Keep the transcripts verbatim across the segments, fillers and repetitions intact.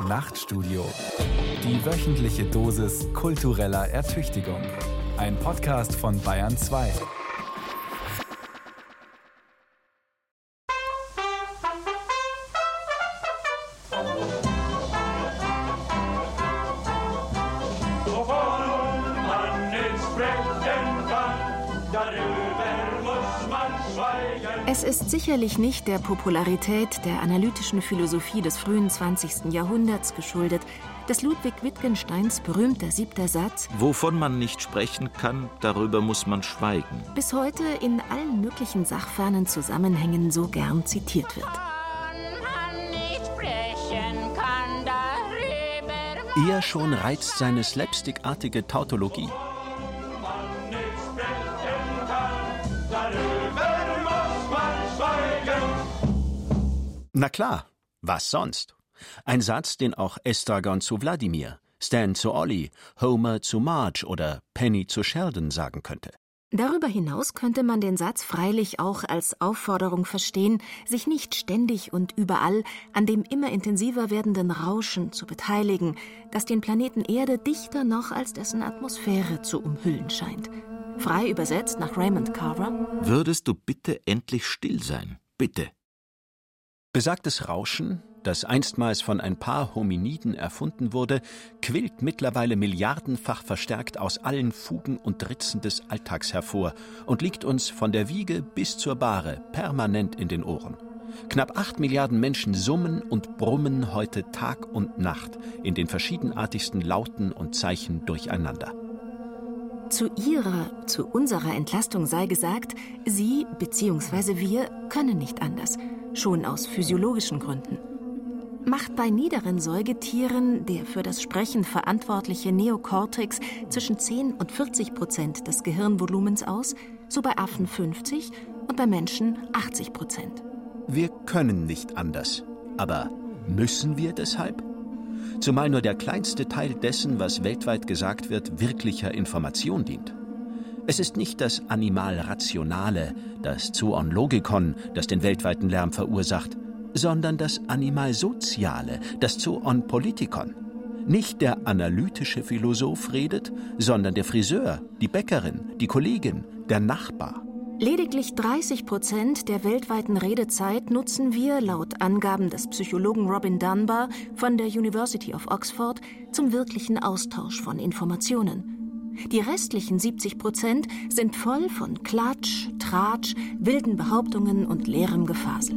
Nachtstudio. Die wöchentliche Dosis kultureller Ertüchtigung. Ein Podcast von Bayern zwei. Es ist sicherlich nicht der Popularität der analytischen Philosophie des frühen zwanzigsten Jahrhunderts geschuldet, dass Ludwig Wittgensteins berühmter siebter Satz »Wovon man nicht sprechen kann, darüber muss man schweigen« bis heute in allen möglichen sachfernen Zusammenhängen so gern zitiert wird. Eher schon reizt seine slapstickartige Tautologie. Na klar, was sonst? Ein Satz, den auch Estragon zu Wladimir, Stan zu Ollie, Homer zu Marge oder Penny zu Sheldon sagen könnte. Darüber hinaus könnte man den Satz freilich auch als Aufforderung verstehen, sich nicht ständig und überall an dem immer intensiver werdenden Rauschen zu beteiligen, das den Planeten Erde dichter noch als dessen Atmosphäre zu umhüllen scheint. Frei übersetzt nach Raymond Carver: Würdest du bitte endlich still sein? Bitte. Besagtes Rauschen, das einstmals von ein paar Hominiden erfunden wurde, quillt mittlerweile milliardenfach verstärkt aus allen Fugen und Ritzen des Alltags hervor und liegt uns von der Wiege bis zur Bahre permanent in den Ohren. Knapp acht Milliarden Menschen summen und brummen heute Tag und Nacht in den verschiedenartigsten Lauten und Zeichen durcheinander. Zu ihrer, zu unserer Entlastung sei gesagt, sie bzw. wir können nicht anders, schon aus physiologischen Gründen. Macht bei niederen Säugetieren der für das Sprechen verantwortliche Neokortex zwischen zehn und vierzig Prozent des Gehirnvolumens aus, so bei Affen fünfzig und bei Menschen achtzig Prozent. Wir können nicht anders. Aber müssen wir deshalb? Zumal nur der kleinste Teil dessen, was weltweit gesagt wird, wirklicher Information dient. Es ist nicht das Animal-Rationale, das Zoon-Logikon, das den weltweiten Lärm verursacht, sondern das Animal-Soziale, das Zoon-Politikon. Nicht der analytische Philosoph redet, sondern der Friseur, die Bäckerin, die Kollegin, der Nachbar. Lediglich dreißig Prozent der weltweiten Redezeit nutzen wir, laut Angaben des Psychologen Robin Dunbar von der University of Oxford, zum wirklichen Austausch von Informationen. Die restlichen siebzig Prozent sind voll von Klatsch, Tratsch, wilden Behauptungen und leerem Gefasel.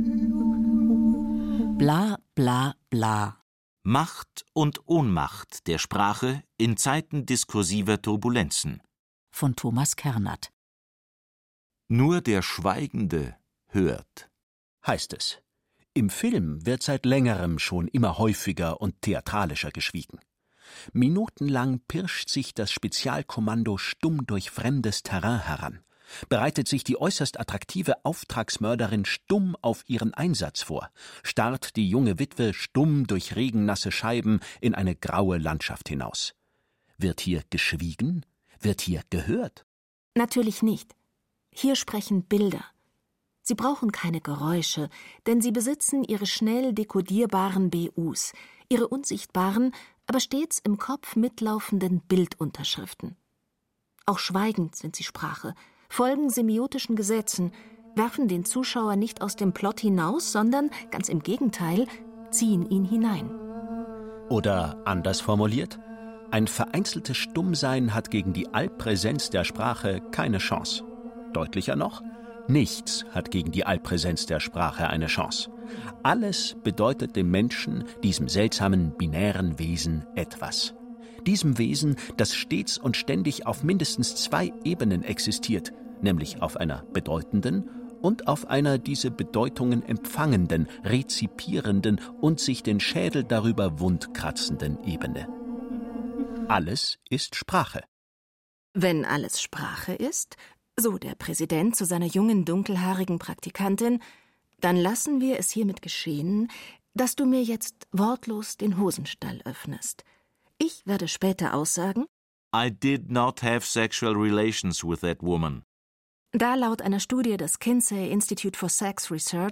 Bla bla bla. Macht und Ohnmacht der Sprache in Zeiten diskursiver Turbulenzen. Von Thomas Kernert. Nur der Schweigende hört. Heißt es. Im Film wird seit längerem schon immer häufiger und theatralischer geschwiegen. Minutenlang pirscht sich das Spezialkommando stumm durch fremdes Terrain heran, bereitet sich die äußerst attraktive Auftragsmörderin stumm auf ihren Einsatz vor, starrt die junge Witwe stumm durch regennasse Scheiben in eine graue Landschaft hinaus. Wird hier geschwiegen? Wird hier gehört? Natürlich nicht. Hier sprechen Bilder. Sie brauchen keine Geräusche, denn sie besitzen ihre schnell dekodierbaren B Us, ihre unsichtbaren, aber stets im Kopf mitlaufenden Bildunterschriften. Auch schweigend sind sie Sprache, folgen semiotischen Gesetzen, werfen den Zuschauer nicht aus dem Plot hinaus, sondern, ganz im Gegenteil, ziehen ihn hinein. Oder anders formuliert, ein vereinzeltes Stummsein hat gegen die Allpräsenz der Sprache keine Chance. Deutlicher noch, nichts hat gegen die Allpräsenz der Sprache eine Chance. Alles bedeutet dem Menschen, diesem seltsamen, binären Wesen, etwas. Diesem Wesen, das stets und ständig auf mindestens zwei Ebenen existiert, nämlich auf einer bedeutenden und auf einer diese Bedeutungen empfangenden, rezipierenden und sich den Schädel darüber wundkratzenden Ebene. Alles ist Sprache. Wenn alles Sprache ist, so der Präsident zu seiner jungen, dunkelhaarigen Praktikantin, dann lassen wir es hiermit geschehen, dass du mir jetzt wortlos den Hosenstall öffnest. Ich werde später aussagen: I did not have sexual relations with that woman. Da laut einer Studie des Kinsey Institute for Sex Research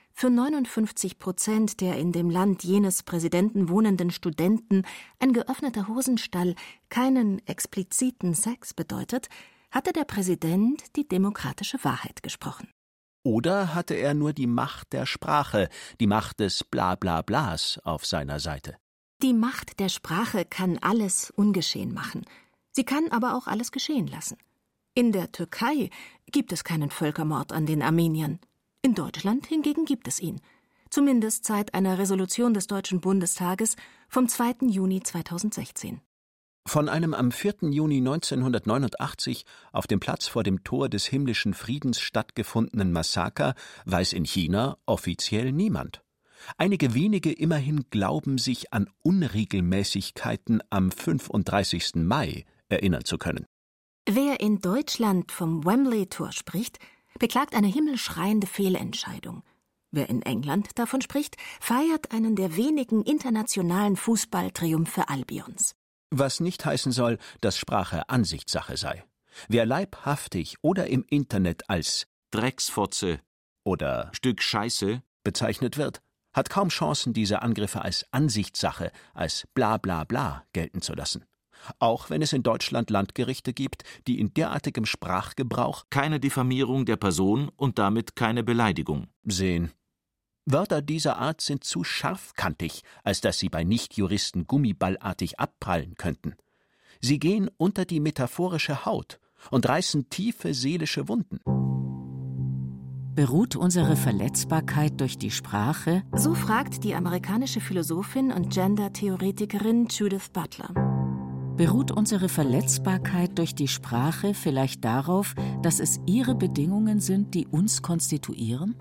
für neunundfünfzig Prozent der in dem Land jenes Präsidenten wohnenden Studenten ein geöffneter Hosenstall keinen expliziten Sex bedeutet, hatte der Präsident die demokratische Wahrheit gesprochen. Oder hatte er nur die Macht der Sprache, die Macht des Blablablas auf seiner Seite? Die Macht der Sprache kann alles ungeschehen machen. Sie kann aber auch alles geschehen lassen. In der Türkei gibt es keinen Völkermord an den Armeniern. In Deutschland hingegen gibt es ihn. Zumindest seit einer Resolution des Deutschen Bundestages vom zweiten Juni zweitausendsechzehn. Von einem am vierten Juni neunzehnhundertneunundachtzig auf dem Platz vor dem Tor des himmlischen Friedens stattgefundenen Massaker weiß in China offiziell niemand. Einige wenige immerhin glauben sich an Unregelmäßigkeiten am fünfunddreißigsten Mai erinnern zu können. Wer in Deutschland vom Wembley-Tor spricht, beklagt eine himmelschreiende Fehlentscheidung. Wer in England davon spricht, feiert einen der wenigen internationalen Fußballtriumphe Albions. Was nicht heißen soll, dass Sprache Ansichtssache sei. Wer leibhaftig oder im Internet als Drecksfotze oder Stück Scheiße bezeichnet wird, hat kaum Chancen, diese Angriffe als Ansichtssache, als Blablabla gelten zu lassen. Auch wenn es in Deutschland Landgerichte gibt, die in derartigem Sprachgebrauch keine Diffamierung der Person und damit keine Beleidigung sehen. Wörter dieser Art sind zu scharfkantig, als dass sie bei Nichtjuristen gummiballartig abprallen könnten. Sie gehen unter die metaphorische Haut und reißen tiefe seelische Wunden. Beruht unsere Verletzbarkeit durch die Sprache? So fragt die amerikanische Philosophin und Gender-Theoretikerin Judith Butler. Beruht unsere Verletzbarkeit durch die Sprache vielleicht darauf, dass es ihre Bedingungen sind, die uns konstituieren?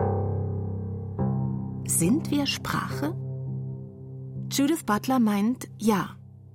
Sind wir Sprache? Judith Butler meint ja.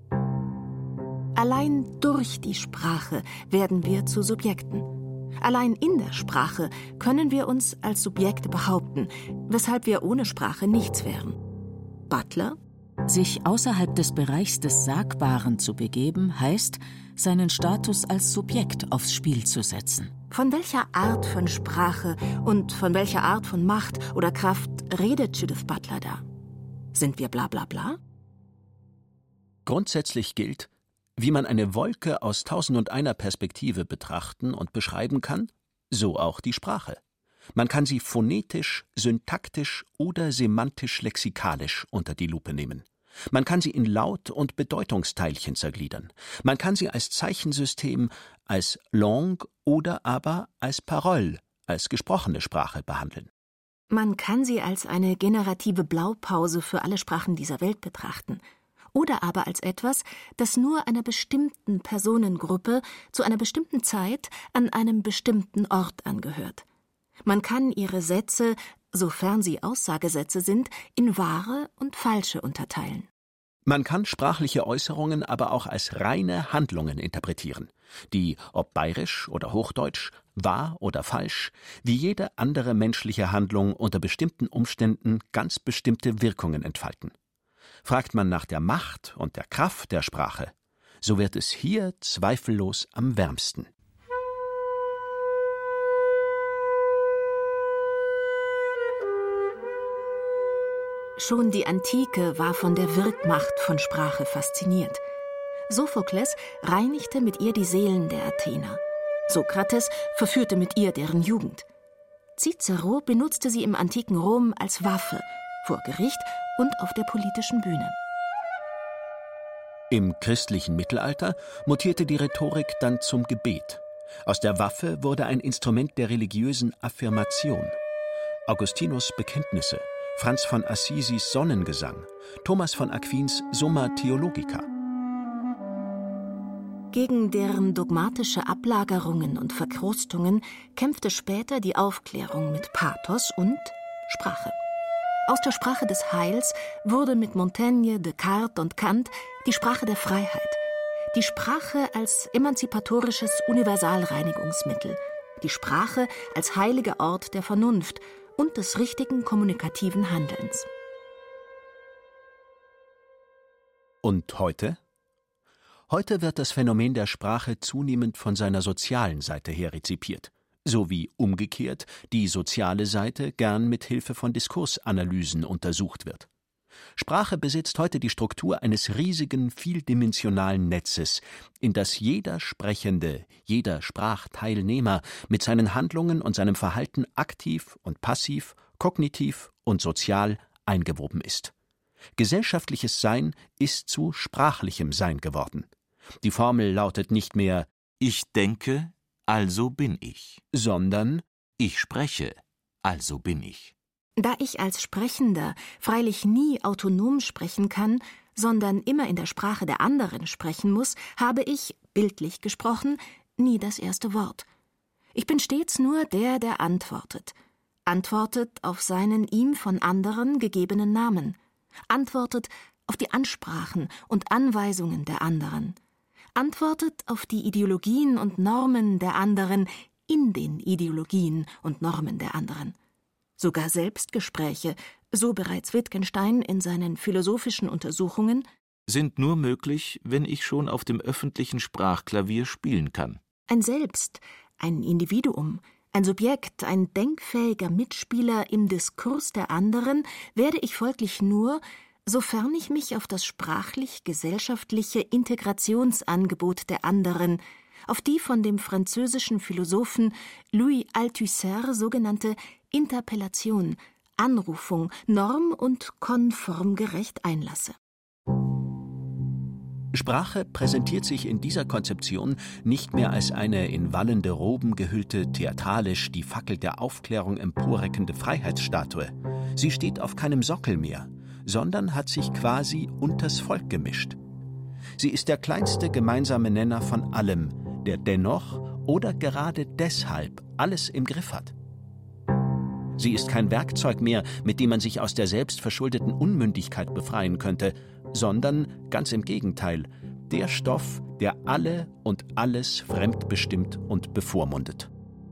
Allein durch die Sprache werden wir zu Subjekten. Allein in der Sprache können wir uns als Subjekte behaupten, weshalb wir ohne Sprache nichts wären. Butler? Sich außerhalb des Bereichs des Sagbaren zu begeben, heißt, seinen Status als Subjekt aufs Spiel zu setzen. Von welcher Art von Sprache und von welcher Art von Macht oder Kraft redet Judith Butler da? Sind wir bla bla bla? Grundsätzlich gilt, wie man eine Wolke aus tausendundeiner Perspektive betrachten und beschreiben kann, so auch die Sprache. Man kann sie phonetisch, syntaktisch oder semantisch-lexikalisch unter die Lupe nehmen. Man kann sie in Laut- und Bedeutungsteilchen zergliedern. Man kann sie als Zeichensystem, als Langue oder aber als Parole, als gesprochene Sprache behandeln. Man kann sie als eine generative Blaupause für alle Sprachen dieser Welt betrachten. Oder aber als etwas, das nur einer bestimmten Personengruppe zu einer bestimmten Zeit an einem bestimmten Ort angehört. Man kann ihre Sätze, sofern sie Aussagesätze sind, in wahre und falsche unterteilen. Man kann sprachliche Äußerungen aber auch als reine Handlungen interpretieren, die, ob bayerisch oder hochdeutsch, wahr oder falsch, wie jede andere menschliche Handlung unter bestimmten Umständen ganz bestimmte Wirkungen entfalten. Fragt man nach der Macht und der Kraft der Sprache, so wird es hier zweifellos am wärmsten. Schon die Antike war von der Wirkmacht von Sprache fasziniert. Sophokles reinigte mit ihr die Seelen der Athener. Sokrates verführte mit ihr deren Jugend. Cicero benutzte sie im antiken Rom als Waffe, vor Gericht und auf der politischen Bühne. Im christlichen Mittelalter mutierte die Rhetorik dann zum Gebet. Aus der Waffe wurde ein Instrument der religiösen Affirmation. Augustinus' Bekenntnisse, Franz von Assisis Sonnengesang, Thomas von Aquins Summa Theologica. Gegen deren dogmatische Ablagerungen und Verkrustungen kämpfte später die Aufklärung mit Pathos und Sprache. Aus der Sprache des Heils wurde mit Montaigne, Descartes und Kant die Sprache der Freiheit. Die Sprache als emanzipatorisches Universalreinigungsmittel. Die Sprache als heiliger Ort der Vernunft und des richtigen kommunikativen Handelns. Und heute? Heute wird das Phänomen der Sprache zunehmend von seiner sozialen Seite her rezipiert. sowie umgekehrt die soziale Seite gern mit Hilfe von Diskursanalysen untersucht wird. Sprache besitzt heute die Struktur eines riesigen, vieldimensionalen Netzes, in das jeder Sprechende, jeder Sprachteilnehmer mit seinen Handlungen und seinem Verhalten aktiv und passiv, kognitiv und sozial eingewoben ist. Gesellschaftliches Sein ist zu sprachlichem Sein geworden. Die Formel lautet nicht mehr Ich denke, also bin ich, sondern ich spreche, also bin ich. Da ich als Sprechender freilich nie autonom sprechen kann, sondern immer in der Sprache der anderen sprechen muss, habe ich, bildlich gesprochen, nie das erste Wort. Ich bin stets nur der, der antwortet. Antwortet auf seinen ihm von anderen gegebenen Namen. Antwortet auf die Ansprachen und Anweisungen der anderen. Antwortet auf die Ideologien und Normen der anderen in den Ideologien und Normen der anderen. Sogar Selbstgespräche, so bereits Wittgenstein in seinen philosophischen Untersuchungen, sind nur möglich, wenn ich schon auf dem öffentlichen Sprachklavier spielen kann. Ein Selbst, ein Individuum, ein Subjekt, ein denkfähiger Mitspieler im Diskurs der anderen werde ich folglich nur, sofern ich mich auf das sprachlich-gesellschaftliche Integrationsangebot der anderen, auf die von dem französischen Philosophen Louis Althusser sogenannte Interpellation, Anrufung, norm- und konformgerecht einlasse. Sprache präsentiert sich in dieser Konzeption nicht mehr als eine in wallende Roben gehüllte, theatralisch die Fackel der Aufklärung emporreckende Freiheitsstatue. Sie steht auf keinem Sockel mehr, sondern hat sich quasi unters Volk gemischt. Sie ist der kleinste gemeinsame Nenner von allem, der dennoch oder gerade deshalb alles im Griff hat. Sie ist kein Werkzeug mehr, mit dem man sich aus der selbstverschuldeten Unmündigkeit befreien könnte, sondern, ganz im Gegenteil, der Stoff, der alle und alles fremdbestimmt und bevormundet.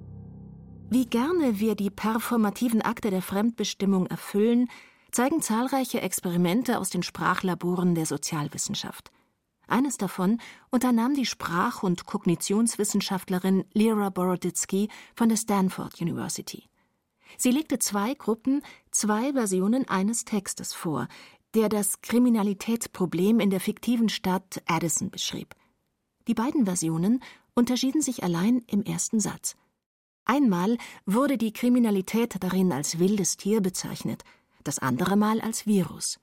Wie gerne wir die performativen Akte der Fremdbestimmung erfüllen, zeigen zahlreiche Experimente aus den Sprachlaboren der Sozialwissenschaft. Eines davon unternahm die Sprach- und Kognitionswissenschaftlerin Lera Boroditsky von der Stanford University. Sie legte zwei Gruppen zwei Versionen eines Textes vor, der das Kriminalitätsproblem in der fiktiven Stadt Addison beschrieb. Die beiden Versionen unterschieden sich allein im ersten Satz. Einmal wurde die Kriminalität darin als wildes Tier bezeichnet, das andere Mal als Virus.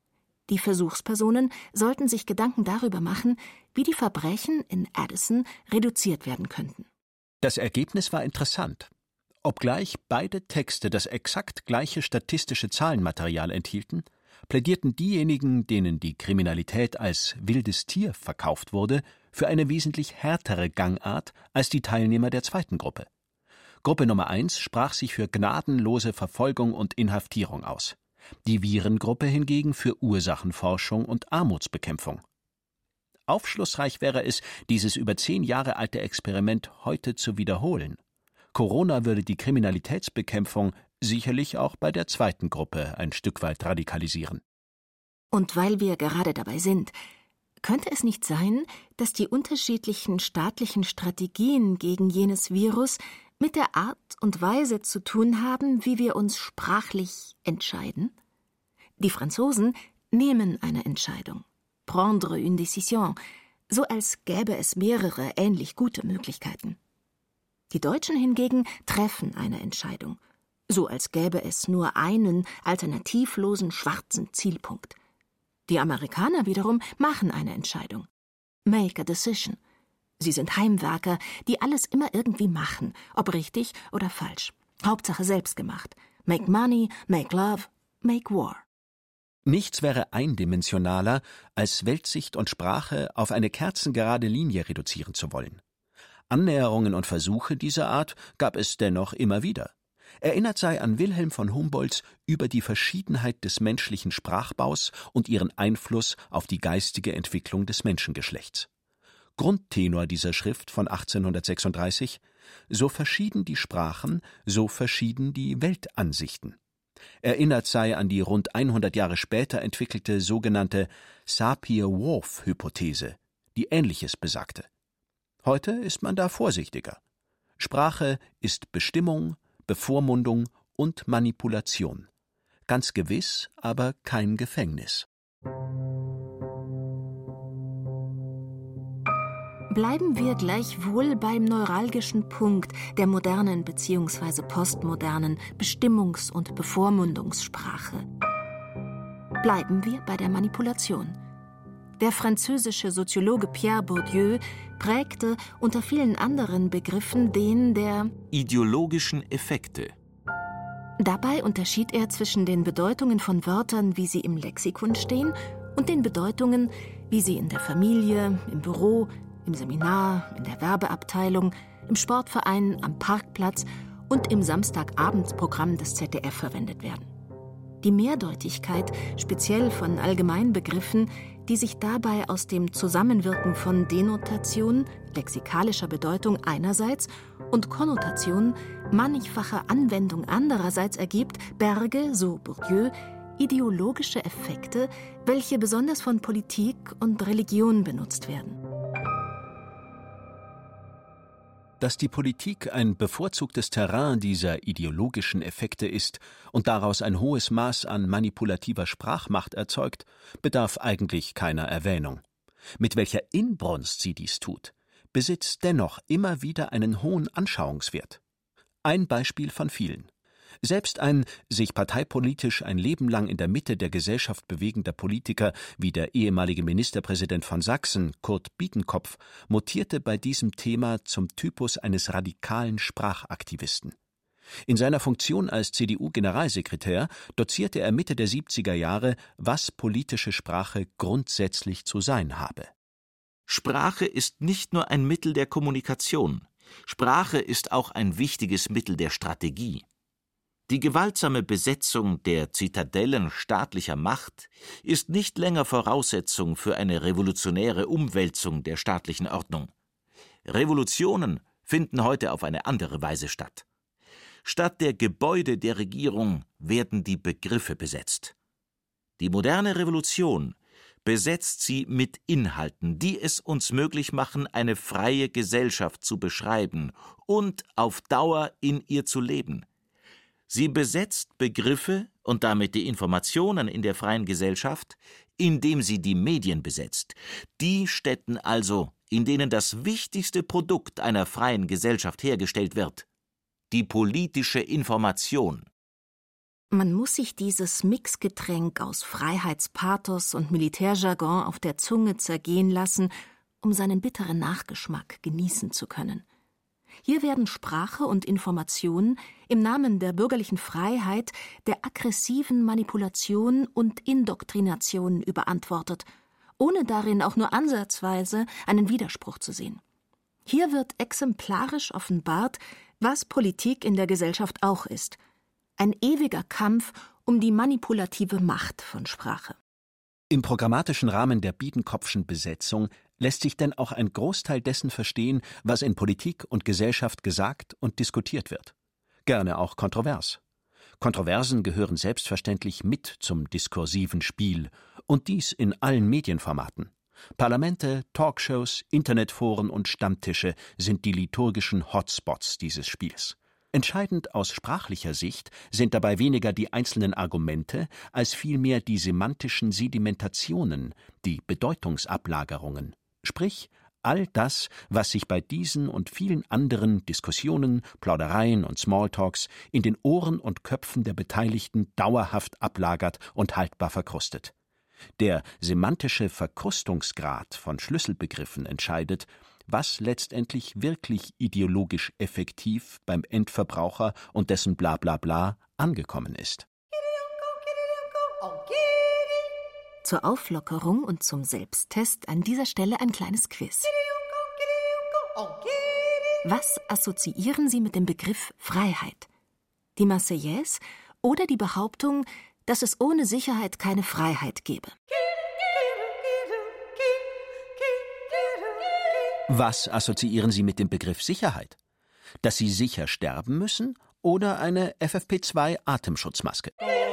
Die Versuchspersonen sollten sich Gedanken darüber machen, wie die Verbrechen in Addison reduziert werden könnten. Das Ergebnis war interessant. Obgleich beide Texte das exakt gleiche statistische Zahlenmaterial enthielten, plädierten diejenigen, denen die Kriminalität als wildes Tier verkauft wurde, für eine wesentlich härtere Gangart als die Teilnehmer der zweiten Gruppe. Gruppe Nummer eins sprach sich für gnadenlose Verfolgung und Inhaftierung aus. Die Virengruppe hingegen für Ursachenforschung und Armutsbekämpfung. Aufschlussreich wäre es, dieses über zehn Jahre alte Experiment heute zu wiederholen. Corona würde die Kriminalitätsbekämpfung sicherlich auch bei der zweiten Gruppe ein Stück weit radikalisieren. Und weil wir gerade dabei sind, könnte es nicht sein, dass die unterschiedlichen staatlichen Strategien gegen jenes Virus mit der Art und Weise zu tun haben, wie wir uns sprachlich entscheiden? Die Franzosen nehmen eine Entscheidung, prendre une décision, so als gäbe es mehrere ähnlich gute Möglichkeiten. Die Deutschen hingegen treffen eine Entscheidung, so als gäbe es nur einen alternativlosen schwarzen Zielpunkt. Die Amerikaner wiederum machen eine Entscheidung. Make a decision. Sie sind Heimwerker, die alles immer irgendwie machen, ob richtig oder falsch. Hauptsache selbst gemacht. Make money, make love, make war. Nichts wäre eindimensionaler, als Weltsicht und Sprache auf eine kerzengerade Linie reduzieren zu wollen. Annäherungen und Versuche dieser Art gab es dennoch immer wieder. Erinnert sei an Wilhelm von Humboldts Über die Verschiedenheit des menschlichen Sprachbaus und ihren Einfluss auf die geistige Entwicklung des Menschengeschlechts. Grundtenor dieser Schrift von achtzehnhundertsechsunddreißig: So verschieden die Sprachen, so verschieden die Weltansichten. Erinnert sei an die rund hundert Jahre später entwickelte sogenannte Sapir-Whorf-Hypothese, die Ähnliches besagte. Heute ist man da vorsichtiger. Sprache ist Bestimmung, Bevormundung und Manipulation. Ganz gewiss, aber kein Gefängnis. Bleiben wir gleichwohl beim neuralgischen Punkt der modernen bzw. postmodernen Bestimmungs- und Bevormundungssprache. Bleiben wir bei der Manipulation. Der französische Soziologe Pierre Bourdieu prägte unter vielen anderen Begriffen den der ideologischen Effekte. Dabei unterschied er zwischen den Bedeutungen von Wörtern, wie sie im Lexikon stehen, und den Bedeutungen, wie sie in der Familie, im Büro, im Seminar, in der Werbeabteilung, im Sportverein, am Parkplatz und im Samstagabendsprogramm des Z D F verwendet werden. Die Mehrdeutigkeit, speziell von Allgemeinbegriffen, die sich dabei aus dem Zusammenwirken von Denotation, lexikalischer Bedeutung einerseits und Konnotation, mannigfacher Anwendung andererseits ergibt, berge, so Bourdieu, ideologische Effekte, welche besonders von Politik und Religion benutzt werden. Dass die Politik ein bevorzugtes Terrain dieser ideologischen Effekte ist und daraus ein hohes Maß an manipulativer Sprachmacht erzeugt, bedarf eigentlich keiner Erwähnung. Mit welcher Inbrunst sie dies tut, besitzt dennoch immer wieder einen hohen Anschauungswert. Ein Beispiel von vielen. Selbst ein sich parteipolitisch ein Leben lang in der Mitte der Gesellschaft bewegender Politiker wie der ehemalige Ministerpräsident von Sachsen, Kurt Biedenkopf, mutierte bei diesem Thema zum Typus eines radikalen Sprachaktivisten. In seiner Funktion als C D U-Generalsekretär dozierte er Mitte der siebziger Jahre, was politische Sprache grundsätzlich zu sein habe. Sprache ist nicht nur ein Mittel der Kommunikation. Sprache ist auch ein wichtiges Mittel der Strategie. Die gewaltsame Besetzung der Zitadellen staatlicher Macht ist nicht länger Voraussetzung für eine revolutionäre Umwälzung der staatlichen Ordnung. Revolutionen finden heute auf eine andere Weise statt. Statt der Gebäude der Regierung werden die Begriffe besetzt. Die moderne Revolution besetzt sie mit Inhalten, die es uns möglich machen, eine freie Gesellschaft zu beschreiben und auf Dauer in ihr zu leben. Sie besetzt Begriffe und damit die Informationen in der freien Gesellschaft, indem sie die Medien besetzt. Die Stätten also, in denen das wichtigste Produkt einer freien Gesellschaft hergestellt wird: die politische Information. Man muss sich dieses Mixgetränk aus Freiheitspathos und Militärjargon auf der Zunge zergehen lassen, um seinen bitteren Nachgeschmack genießen zu können. Hier werden Sprache und Information im Namen der bürgerlichen Freiheit der aggressiven Manipulation und Indoktrination überantwortet, ohne darin auch nur ansatzweise einen Widerspruch zu sehen. Hier wird exemplarisch offenbart, was Politik in der Gesellschaft auch ist: ein ewiger Kampf um die manipulative Macht von Sprache. Im programmatischen Rahmen der Biedenkopfschen Besetzung lässt sich denn auch ein Großteil dessen verstehen, was in Politik und Gesellschaft gesagt und diskutiert wird. Gerne auch kontrovers. Kontroversen gehören selbstverständlich mit zum diskursiven Spiel, und dies in allen Medienformaten. Parlamente, Talkshows, Internetforen und Stammtische sind die liturgischen Hotspots dieses Spiels. Entscheidend aus sprachlicher Sicht sind dabei weniger die einzelnen Argumente, als vielmehr die semantischen Sedimentationen, die Bedeutungsablagerungen, sprich all das, was sich bei diesen und vielen anderen Diskussionen, Plaudereien und Smalltalks in den Ohren und Köpfen der Beteiligten dauerhaft ablagert und haltbar verkrustet. Der semantische Verkrustungsgrad von Schlüsselbegriffen entscheidet, was letztendlich wirklich ideologisch effektiv beim Endverbraucher und dessen Blablabla angekommen ist. Zur Auflockerung und zum Selbsttest an dieser Stelle ein kleines Quiz. Was assoziieren Sie mit dem Begriff Freiheit? Die Marseillaise oder die Behauptung, dass es ohne Sicherheit keine Freiheit gäbe? Was assoziieren Sie mit dem Begriff Sicherheit? Dass Sie sicher sterben müssen oder eine F F P zwei Atemschutzmaske?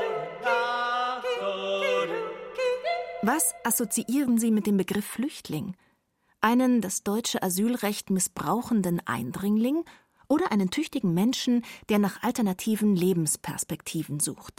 Was assoziieren Sie mit dem Begriff Flüchtling? Einen das deutsche Asylrecht missbrauchenden Eindringling oder einen tüchtigen Menschen, der nach alternativen Lebensperspektiven sucht.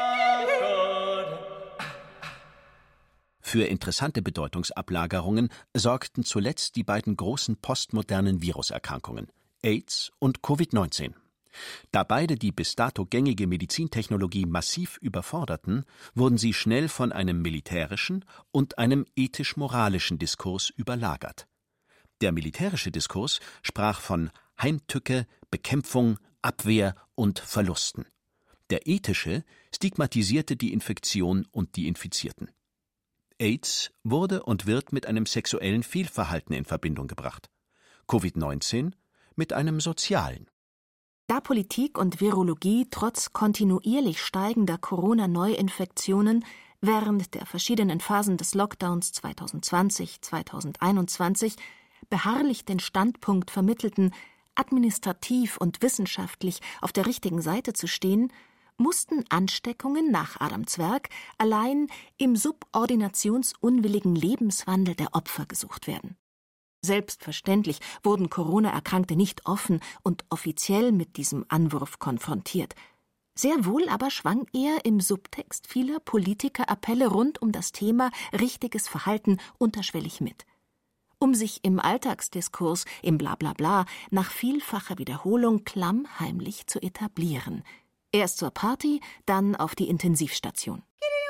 Für interessante Bedeutungsablagerungen sorgten zuletzt die beiden großen postmodernen Viruserkrankungen, AIDS und Covid neunzehn. Da beide die bis dato gängige Medizintechnologie massiv überforderten, wurden sie schnell von einem militärischen und einem ethisch-moralischen Diskurs überlagert. Der militärische Diskurs sprach von Heimtücke, Bekämpfung, Abwehr und Verlusten. Der ethische stigmatisierte die Infektion und die Infizierten. AIDS wurde und wird mit einem sexuellen Fehlverhalten in Verbindung gebracht. Covid neunzehn mit einem sozialen. Da Politik und Virologie trotz kontinuierlich steigender Corona-Neuinfektionen während der verschiedenen Phasen des Lockdowns zwanzig zwanzig, zwanzig einundzwanzig beharrlich den Standpunkt vermittelten, administrativ und wissenschaftlich auf der richtigen Seite zu stehen, mussten Ansteckungen nach Adam Zwerg allein im subordinationsunwilligen Lebenswandel der Opfer gesucht werden. Selbstverständlich wurden Corona-Erkrankte nicht offen und offiziell mit diesem Anwurf konfrontiert. Sehr wohl aber schwang er im Subtext vieler Politiker-Appelle rund um das Thema richtiges Verhalten unterschwellig mit. Um sich im Alltagsdiskurs, im Blablabla, nach vielfacher Wiederholung klammheimlich zu etablieren. Erst zur Party, dann auf die Intensivstation.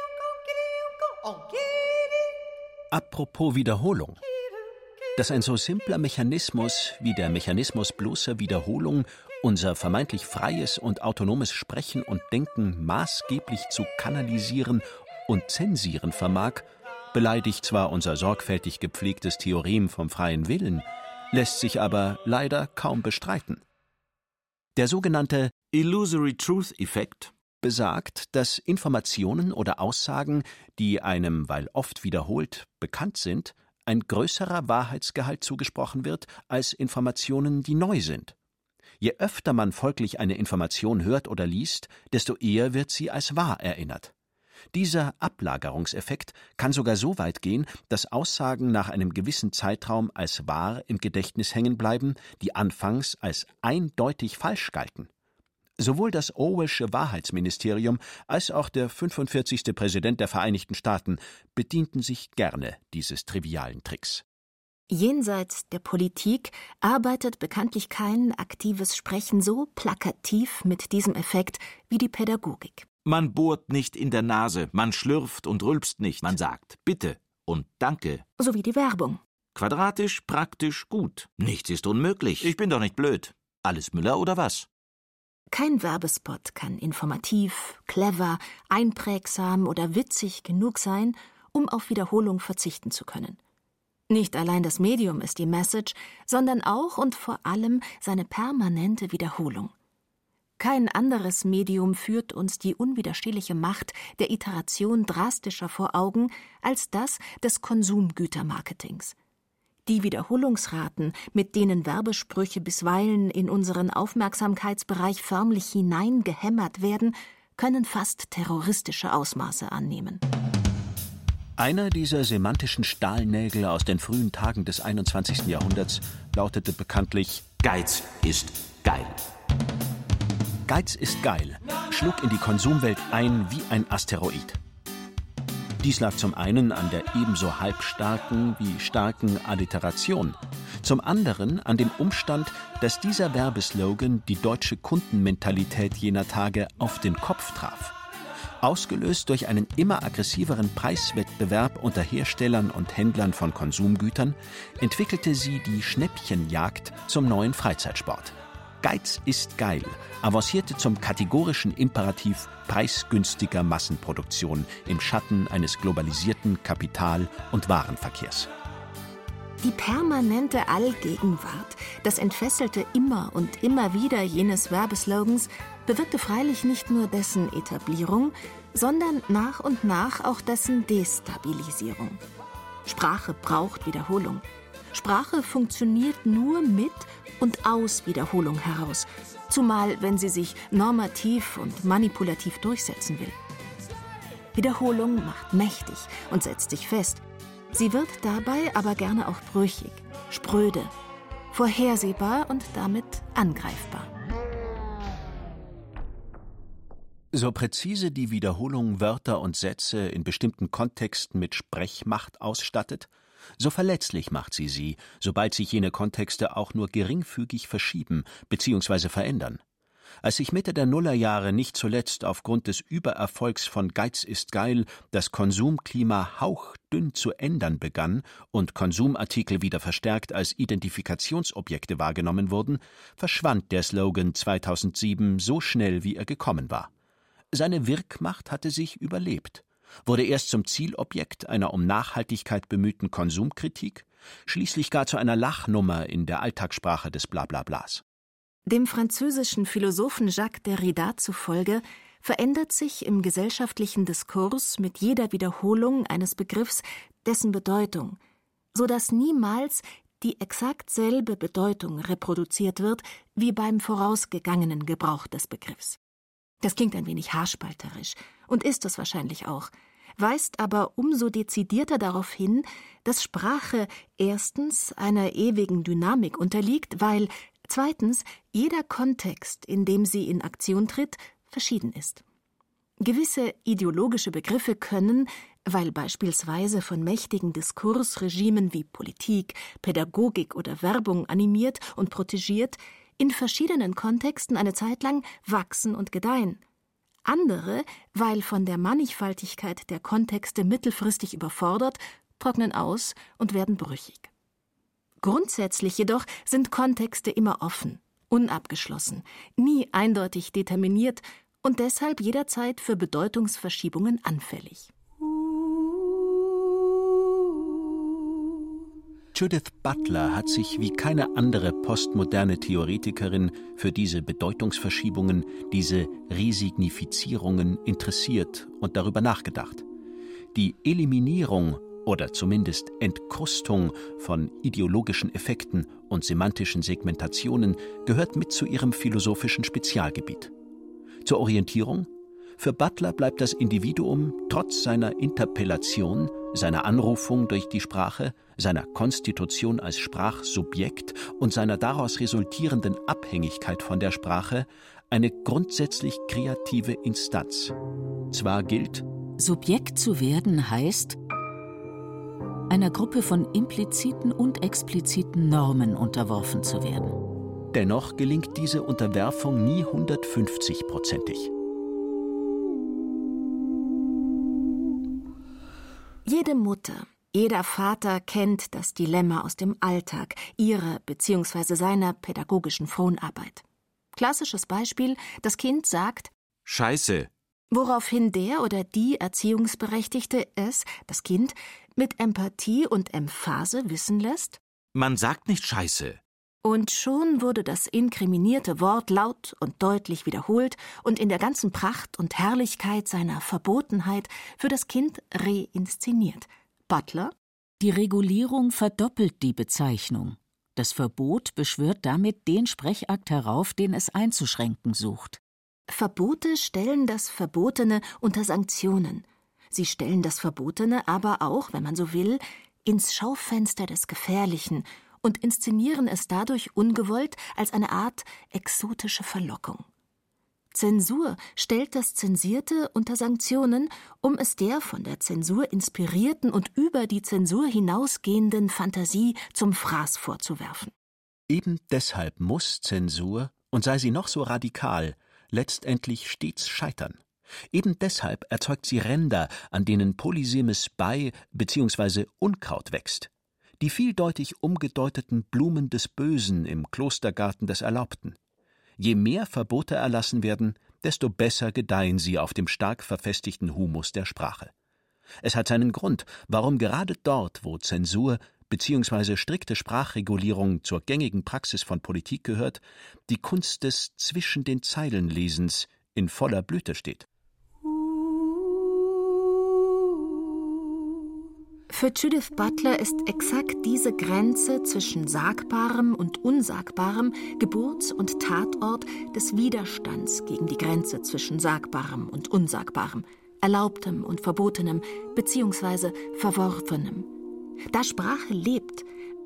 Apropos Wiederholung. Dass ein so simpler Mechanismus wie der Mechanismus bloßer Wiederholung unser vermeintlich freies und autonomes Sprechen und Denken maßgeblich zu kanalisieren und zensieren vermag, beleidigt zwar unser sorgfältig gepflegtes Theorem vom freien Willen, lässt sich aber leider kaum bestreiten. Der sogenannte Illusory Truth-Effekt besagt, dass Informationen oder Aussagen, die einem, weil oft wiederholt, bekannt sind, ein größerer Wahrheitsgehalt zugesprochen wird als Informationen, die neu sind. Je öfter man folglich eine Information hört oder liest, desto eher wird sie als wahr erinnert. Dieser Ablagerungseffekt kann sogar so weit gehen, dass Aussagen nach einem gewissen Zeitraum als wahr im Gedächtnis hängen bleiben, die anfangs als eindeutig falsch galten. Sowohl das Orwellsche Wahrheitsministerium als auch der fünfundvierzigste Präsident der Vereinigten Staaten bedienten sich gerne dieses trivialen Tricks. Jenseits der Politik arbeitet bekanntlich kein aktives Sprechen so plakativ mit diesem Effekt wie die Pädagogik. Man bohrt nicht in der Nase, man schlürft und rülpst nicht, man sagt Bitte und Danke. So wie die Werbung. Quadratisch, praktisch, gut. Nichts ist unmöglich. Ich bin doch nicht blöd. Alles Müller oder was? Kein Werbespot kann informativ, clever, einprägsam oder witzig genug sein, um auf Wiederholung verzichten zu können. Nicht allein das Medium ist die Message, sondern auch und vor allem seine permanente Wiederholung. Kein anderes Medium führt uns die unwiderstehliche Macht der Iteration drastischer vor Augen als das des Konsumgütermarketings. Die Wiederholungsraten, mit denen Werbesprüche bisweilen in unseren Aufmerksamkeitsbereich förmlich hineingehämmert werden, können fast terroristische Ausmaße annehmen. Einer dieser semantischen Stahlnägel aus den frühen Tagen des einundzwanzigsten Jahrhunderts lautete bekanntlich: Geiz ist geil. Geiz ist geil schlug in die Konsumwelt ein wie ein Asteroid. Dies lag zum einen an der ebenso halbstarken wie starken Alliteration, zum anderen an dem Umstand, dass dieser Werbeslogan die deutsche Kundenmentalität jener Tage auf den Kopf traf. Ausgelöst durch einen immer aggressiveren Preiswettbewerb unter Herstellern und Händlern von Konsumgütern, entwickelte sie die Schnäppchenjagd zum neuen Freizeitsport. Geiz ist geil avancierte zum kategorischen Imperativ preisgünstiger Massenproduktion im Schatten eines globalisierten Kapital- und Warenverkehrs. Die permanente Allgegenwart, das Entfesselte immer und immer wieder jenes Werbeslogans, bewirkte freilich nicht nur dessen Etablierung, sondern nach und nach auch dessen Destabilisierung. Sprache braucht Wiederholung. Sprache funktioniert nur mit und aus Wiederholung heraus, zumal wenn sie sich normativ und manipulativ durchsetzen will. Wiederholung macht mächtig und setzt sich fest. Sie wird dabei aber gerne auch brüchig, spröde. vorhersehbar und damit angreifbar. So präzise die Wiederholung Wörter und Sätze in bestimmten Kontexten mit Sprechmacht ausstattet, so verletzlich macht sie sie, sobald sich jene Kontexte auch nur geringfügig verschieben bzw. verändern. Als sich Mitte der Nullerjahre nicht zuletzt aufgrund des Übererfolgs von Geiz ist geil das Konsumklima hauchdünn zu ändern begann und Konsumartikel wieder verstärkt als Identifikationsobjekte wahrgenommen wurden, verschwand der Slogan zweitausendsieben so schnell, wie er gekommen war. Seine Wirkmacht hatte sich überlebt, wurde erst zum Zielobjekt einer um Nachhaltigkeit bemühten Konsumkritik, schließlich gar zu einer Lachnummer in der Alltagssprache des Blablablas. Dem französischen Philosophen Jacques Derrida zufolge verändert sich im gesellschaftlichen Diskurs mit jeder Wiederholung eines Begriffs dessen Bedeutung, so dass niemals die exakt selbe Bedeutung reproduziert wird wie beim vorausgegangenen Gebrauch des Begriffs. Das klingt ein wenig haarspalterisch und ist es wahrscheinlich auch, weist aber umso dezidierter darauf hin, dass Sprache erstens einer ewigen Dynamik unterliegt, weil zweitens jeder Kontext, in dem sie in Aktion tritt, verschieden ist. Gewisse ideologische Begriffe können, weil beispielsweise von mächtigen Diskursregimen wie Politik, Pädagogik oder Werbung animiert und protegiert, in verschiedenen Kontexten eine Zeit lang wachsen und gedeihen. Andere, weil von der Mannigfaltigkeit der Kontexte mittelfristig überfordert, trocknen aus und werden brüchig. Grundsätzlich jedoch sind Kontexte immer offen, unabgeschlossen, nie eindeutig determiniert und deshalb jederzeit für Bedeutungsverschiebungen anfällig. Judith Butler hat sich wie keine andere postmoderne Theoretikerin für diese Bedeutungsverschiebungen, diese Resignifizierungen interessiert und darüber nachgedacht. Die Eliminierung oder zumindest Entkrustung von ideologischen Effekten und semantischen Segmentationen gehört mit zu ihrem philosophischen Spezialgebiet. Zur Orientierung: Für Butler bleibt das Individuum trotz seiner Interpellation, seiner Anrufung durch die Sprache, seiner Konstitution als Sprachsubjekt und seiner daraus resultierenden Abhängigkeit von der Sprache eine grundsätzlich kreative Instanz. Zwar gilt: Subjekt zu werden heißt, einer Gruppe von impliziten und expliziten Normen unterworfen zu werden. Dennoch gelingt diese Unterwerfung nie hundertfünfzig-prozentig. Jede Mutter, jeder Vater kennt das Dilemma aus dem Alltag, ihrer bzw. seiner pädagogischen Fronarbeit. Klassisches Beispiel: Das Kind sagt Scheiße, woraufhin der oder die Erziehungsberechtigte es, das Kind, mit Empathie und Emphase wissen lässt: Man sagt nicht Scheiße. Und schon wurde das inkriminierte Wort laut und deutlich wiederholt und in der ganzen Pracht und Herrlichkeit seiner Verbotenheit für das Kind reinszeniert. Butler: Die Regulierung verdoppelt die Bezeichnung. Das Verbot beschwört damit den Sprechakt herauf, den es einzuschränken sucht. Verbote stellen das Verbotene unter Sanktionen. Sie stellen das Verbotene aber auch, wenn man so will, ins Schaufenster des Gefährlichen und inszenieren es dadurch ungewollt als eine Art exotische Verlockung. Zensur stellt das Zensierte unter Sanktionen, um es der von der Zensur inspirierten und über die Zensur hinausgehenden Fantasie zum Fraß vorzuwerfen. Eben deshalb muss Zensur, und sei sie noch so radikal, letztendlich stets scheitern. Eben deshalb erzeugt sie Ränder, an denen polysemes Bei- bzw. Unkraut wächst. Die vieldeutig umgedeuteten Blumen des Bösen im Klostergarten des Erlaubten. Je mehr Verbote erlassen werden, desto besser gedeihen sie auf dem stark verfestigten Humus der Sprache. Es hat seinen Grund, warum gerade dort, wo Zensur bzw. strikte Sprachregulierung zur gängigen Praxis von Politik gehört, die Kunst des Zwischen-den-Zeilen-Lesens in voller Blüte steht. Für Judith Butler ist exakt diese Grenze zwischen Sagbarem und Unsagbarem Geburts- und Tatort des Widerstands gegen die Grenze zwischen Sagbarem und Unsagbarem, Erlaubtem und Verbotenem bzw. Verworfenem. Da Sprache lebt,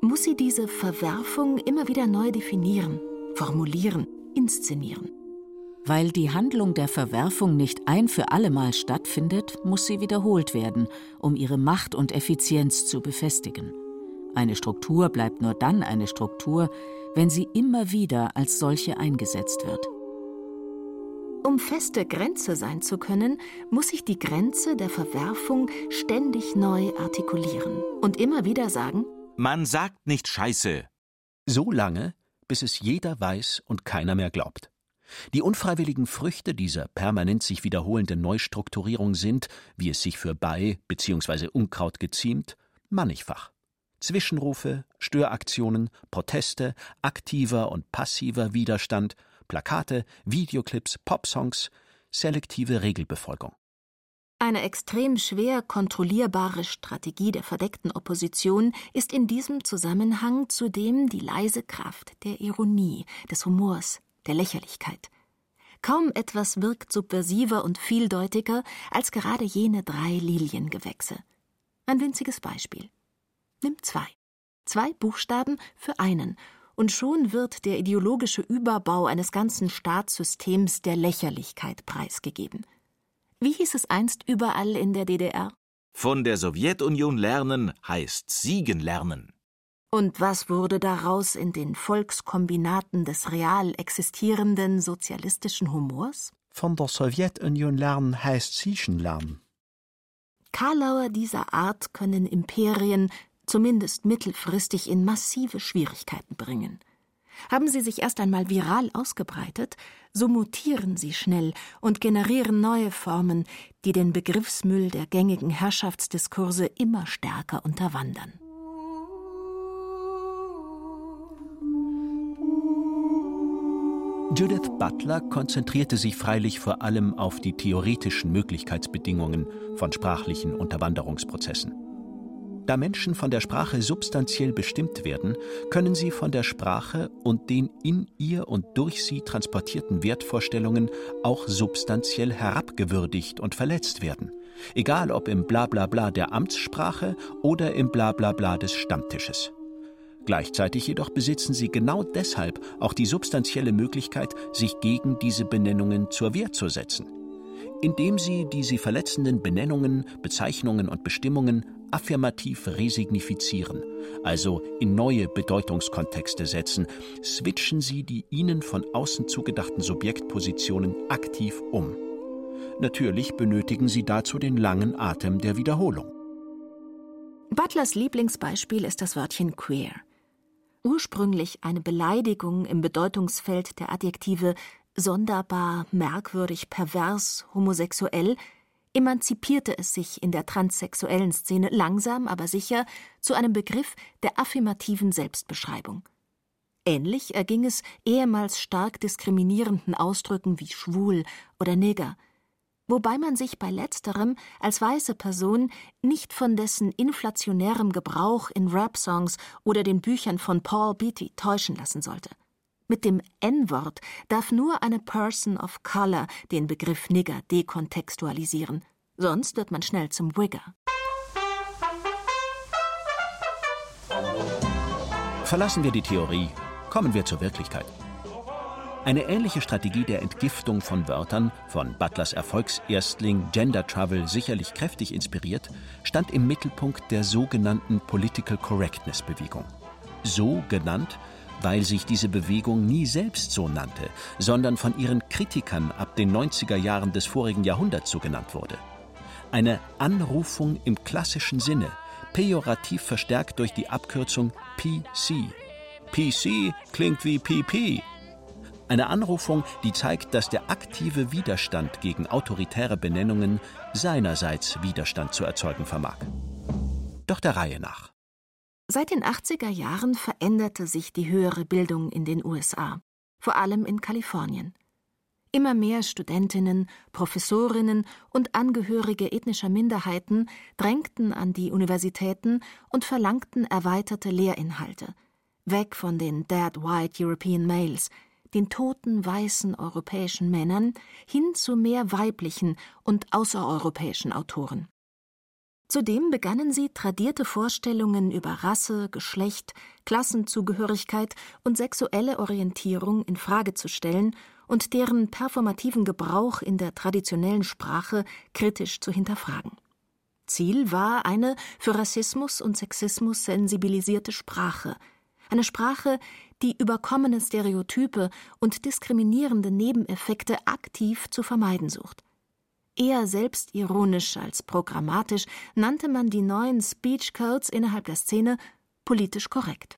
muss sie diese Verwerfung immer wieder neu definieren, formulieren, inszenieren. Weil die Handlung der Verwerfung nicht ein für allemal stattfindet, muss sie wiederholt werden, um ihre Macht und Effizienz zu befestigen. Eine Struktur bleibt nur dann eine Struktur, wenn sie immer wieder als solche eingesetzt wird. Um feste Grenze sein zu können, muss sich die Grenze der Verwerfung ständig neu artikulieren und immer wieder sagen: Man sagt nicht Scheiße. So lange, bis es jeder weiß und keiner mehr glaubt. Die unfreiwilligen Früchte dieser permanent sich wiederholenden Neustrukturierung sind, wie es sich für Bei- bzw. Unkraut geziemt, mannigfach. Zwischenrufe, Störaktionen, Proteste, aktiver und passiver Widerstand, Plakate, Videoclips, Popsongs, selektive Regelbefolgung. Eine extrem schwer kontrollierbare Strategie der verdeckten Opposition ist in diesem Zusammenhang zudem die leise Kraft der Ironie, des Humors, der Lächerlichkeit. Kaum etwas wirkt subversiver und vieldeutiger als gerade jene drei Liliengewächse. Ein winziges Beispiel. Nimm zwei. Zwei Buchstaben für einen, und schon wird der ideologische Überbau eines ganzen Staatssystems der Lächerlichkeit preisgegeben. Wie hieß es einst überall in der D D R? Von der Sowjetunion lernen heißt siegen lernen. Und was wurde daraus in den Volkskombinaten des real existierenden sozialistischen Humors? Von der Sowjetunion lernen heißt siechen lernen. Karlauer dieser Art können Imperien zumindest mittelfristig in massive Schwierigkeiten bringen. Haben sie sich erst einmal viral ausgebreitet, so mutieren sie schnell und generieren neue Formen, die den Begriffsmüll der gängigen Herrschaftsdiskurse immer stärker unterwandern. Judith Butler konzentrierte sich freilich vor allem auf die theoretischen Möglichkeitsbedingungen von sprachlichen Unterwanderungsprozessen. Da Menschen von der Sprache substanziell bestimmt werden, können sie von der Sprache und den in ihr und durch sie transportierten Wertvorstellungen auch substanziell herabgewürdigt und verletzt werden, egal ob im Blablabla der Amtssprache oder im Blablabla des Stammtisches. Gleichzeitig jedoch besitzen sie genau deshalb auch die substanzielle Möglichkeit, sich gegen diese Benennungen zur Wehr zu setzen, indem sie die sie verletzenden Benennungen, Bezeichnungen und Bestimmungen affirmativ resignifizieren, also in neue Bedeutungskontexte setzen, switchen sie die ihnen von außen zugedachten Subjektpositionen aktiv um. Natürlich benötigen sie dazu den langen Atem der Wiederholung. Butlers Lieblingsbeispiel ist das Wörtchen queer. Ursprünglich eine Beleidigung im Bedeutungsfeld der Adjektive sonderbar, merkwürdig, pervers, homosexuell, emanzipierte es sich in der transsexuellen Szene langsam, aber sicher zu einem Begriff der affirmativen Selbstbeschreibung. Ähnlich erging es ehemals stark diskriminierenden Ausdrücken wie schwul oder Nigger, wobei man sich bei letzterem als weiße Person nicht von dessen inflationärem Gebrauch in Rap-Songs oder den Büchern von Paul Beatty täuschen lassen sollte. Mit dem En-Wort darf nur eine Person of Color den Begriff Nigger dekontextualisieren, sonst wird man schnell zum Wigger. Verlassen wir die Theorie, kommen wir zur Wirklichkeit. Eine ähnliche Strategie der Entgiftung von Wörtern, von Butlers Erfolgserstling Gender Trouble sicherlich kräftig inspiriert, stand im Mittelpunkt der sogenannten Political Correctness-Bewegung. So genannt, weil sich diese Bewegung nie selbst so nannte, sondern von ihren Kritikern ab den neunziger Jahren des vorigen Jahrhunderts so genannt wurde. Eine Anrufung im klassischen Sinne, pejorativ verstärkt durch die Abkürzung P C. P C klingt wie P P. Eine Anrufung, die zeigt, dass der aktive Widerstand gegen autoritäre Benennungen seinerseits Widerstand zu erzeugen vermag. Doch der Reihe nach. Seit den achtziger Jahren veränderte sich die höhere Bildung in den U S A, vor allem in Kalifornien. Immer mehr Studentinnen, Professorinnen und Angehörige ethnischer Minderheiten drängten an die Universitäten und verlangten erweiterte Lehrinhalte, weg von den Dead White European Males, den toten weißen europäischen Männern, hin zu mehr weiblichen und außereuropäischen Autoren. Zudem begannen sie, tradierte Vorstellungen über Rasse, Geschlecht, Klassenzugehörigkeit und sexuelle Orientierung in Frage zu stellen und deren performativen Gebrauch in der traditionellen Sprache kritisch zu hinterfragen. Ziel war eine für Rassismus und Sexismus sensibilisierte Sprache, eine Sprache, die überkommene Stereotype und diskriminierende Nebeneffekte aktiv zu vermeiden sucht. Eher selbstironisch als programmatisch nannte man die neuen Speech Codes innerhalb der Szene politisch korrekt.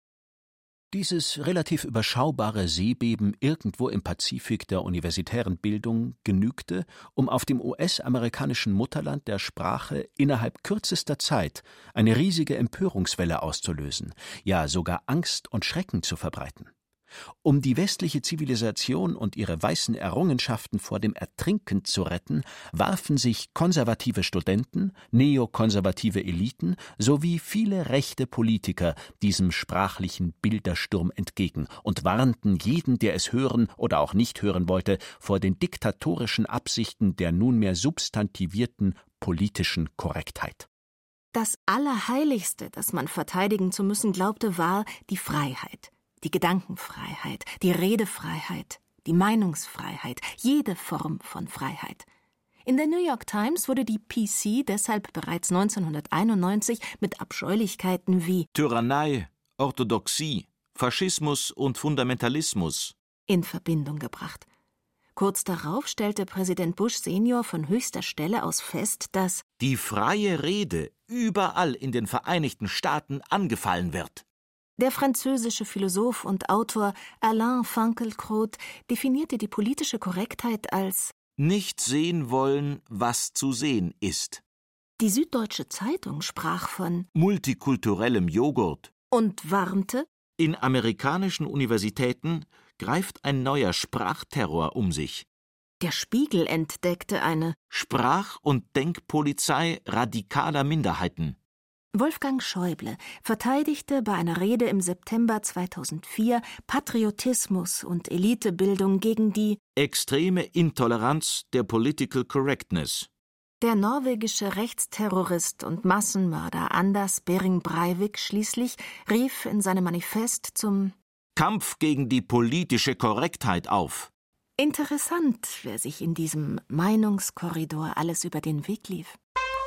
Dieses relativ überschaubare Seebeben irgendwo im Pazifik der universitären Bildung genügte, um auf dem U S-amerikanischen Mutterland der Sprache innerhalb kürzester Zeit eine riesige Empörungswelle auszulösen, ja sogar Angst und Schrecken zu verbreiten. Um die westliche Zivilisation und ihre weißen Errungenschaften vor dem Ertrinken zu retten, warfen sich konservative Studenten, neokonservative Eliten sowie viele rechte Politiker diesem sprachlichen Bildersturm entgegen und warnten jeden, der es hören oder auch nicht hören wollte, vor den diktatorischen Absichten der nunmehr substantivierten politischen Korrektheit. Das Allerheiligste, das man verteidigen zu müssen glaubte, war die Freiheit. Die Gedankenfreiheit, die Redefreiheit, die Meinungsfreiheit, jede Form von Freiheit. In der New York Times wurde die P C deshalb bereits neunzehnhunderteinundneunzig mit Abscheulichkeiten wie Tyrannei, Orthodoxie, Faschismus und Fundamentalismus in Verbindung gebracht. Kurz darauf stellte Präsident Bush Senior von höchster Stelle aus fest, dass die freie Rede überall in den Vereinigten Staaten angefallen wird. Der französische Philosoph und Autor Alain Finkielkraut definierte die politische Korrektheit als nicht sehen wollen, was zu sehen ist. Die Süddeutsche Zeitung sprach von multikulturellem Joghurt und warnte: In amerikanischen Universitäten greift ein neuer Sprachterror um sich. Der Spiegel entdeckte eine Sprach- und Denkpolizei radikaler Minderheiten. Wolfgang Schäuble verteidigte bei einer Rede im September zweitausendvier Patriotismus und Elitebildung gegen die extreme Intoleranz der Political Correctness. Der norwegische Rechtsterrorist und Massenmörder Anders Behring Breivik schließlich rief in seinem Manifest zum Kampf gegen die politische Korrektheit auf. Interessant, wer sich in diesem Meinungskorridor alles über den Weg lief.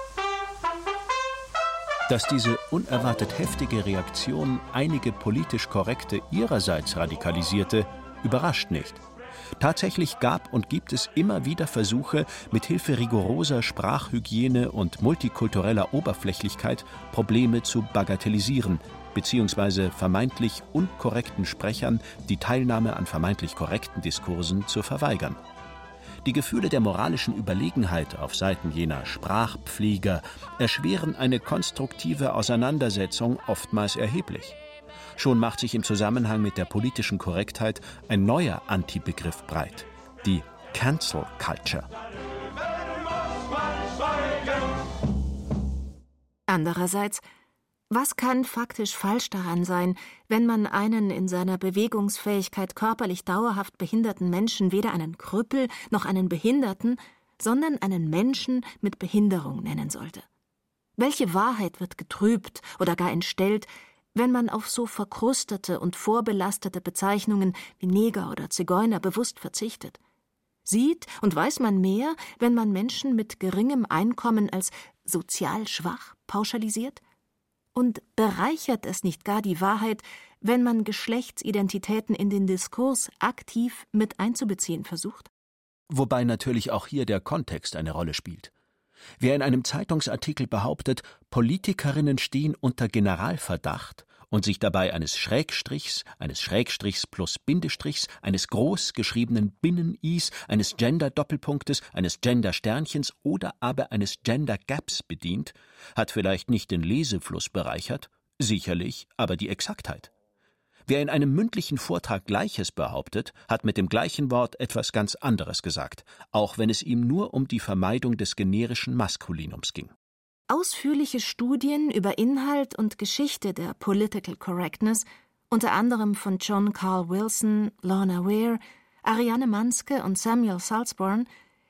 Dass diese unerwartet heftige Reaktion einige politisch Korrekte ihrerseits radikalisierte, überrascht nicht. Tatsächlich gab und gibt es immer wieder Versuche, mit Hilfe rigoroser Sprachhygiene und multikultureller Oberflächlichkeit Probleme zu bagatellisieren, beziehungsweise vermeintlich unkorrekten Sprechern die Teilnahme an vermeintlich korrekten Diskursen zu verweigern. Die Gefühle der moralischen Überlegenheit auf Seiten jener Sprachpfleger erschweren eine konstruktive Auseinandersetzung oftmals erheblich. Schon macht sich im Zusammenhang mit der politischen Korrektheit ein neuer Antibegriff breit: die Cancel Culture. Andererseits, was kann faktisch falsch daran sein, wenn man einen in seiner Bewegungsfähigkeit körperlich dauerhaft behinderten Menschen weder einen Krüppel noch einen Behinderten, sondern einen Menschen mit Behinderung nennen sollte? Welche Wahrheit wird getrübt oder gar entstellt, wenn man auf so verkrustete und vorbelastete Bezeichnungen wie Neger oder Zigeuner bewusst verzichtet? Sieht und weiß man mehr, wenn man Menschen mit geringem Einkommen als sozial schwach pauschalisiert? Und bereichert es nicht gar die Wahrheit, wenn man Geschlechtsidentitäten in den Diskurs aktiv mit einzubeziehen versucht? Wobei natürlich auch hier der Kontext eine Rolle spielt. Wer in einem Zeitungsartikel behauptet, Politikerinnen stehen unter Generalverdacht und sich dabei eines Schrägstrichs, eines Schrägstrichs plus Bindestrichs, eines groß geschriebenen Binnen-Is, eines Gender-Doppelpunktes, eines Gender-Sternchens oder aber eines Gender-Gaps bedient, hat vielleicht nicht den Lesefluss bereichert, sicherlich aber die Exaktheit. Wer in einem mündlichen Vortrag Gleiches behauptet, hat mit dem gleichen Wort etwas ganz anderes gesagt, auch wenn es ihm nur um die Vermeidung des generischen Maskulinums ging. Ausführliche Studien über Inhalt und Geschichte der Political Correctness, unter anderem von John Carl Wilson, Lorna Ware, Ariane Manske und Samuel Salzborn,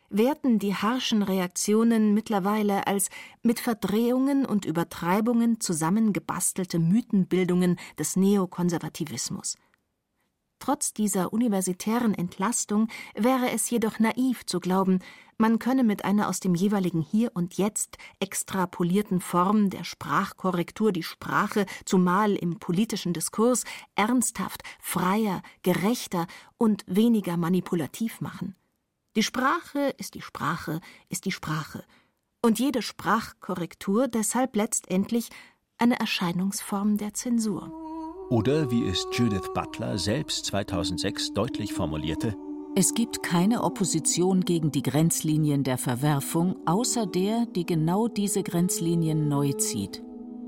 werten die harschen Reaktionen mittlerweile als mit Verdrehungen und Übertreibungen zusammengebastelte Mythenbildungen des Neokonservativismus. Trotz dieser universitären Entlastung wäre es jedoch naiv zu glauben, man könne mit einer aus dem jeweiligen Hier und Jetzt extrapolierten Form der Sprachkorrektur die Sprache, zumal im politischen Diskurs, ernsthaft, freier, gerechter und weniger manipulativ machen. Die Sprache ist die Sprache, ist die Sprache. Und jede Sprachkorrektur deshalb letztendlich eine Erscheinungsform der Zensur. Oder wie es Judith Butler selbst zweitausendsechs deutlich formulierte: Es gibt keine Opposition gegen die Grenzlinien der Verwerfung, außer der, die genau diese Grenzlinien neu zieht.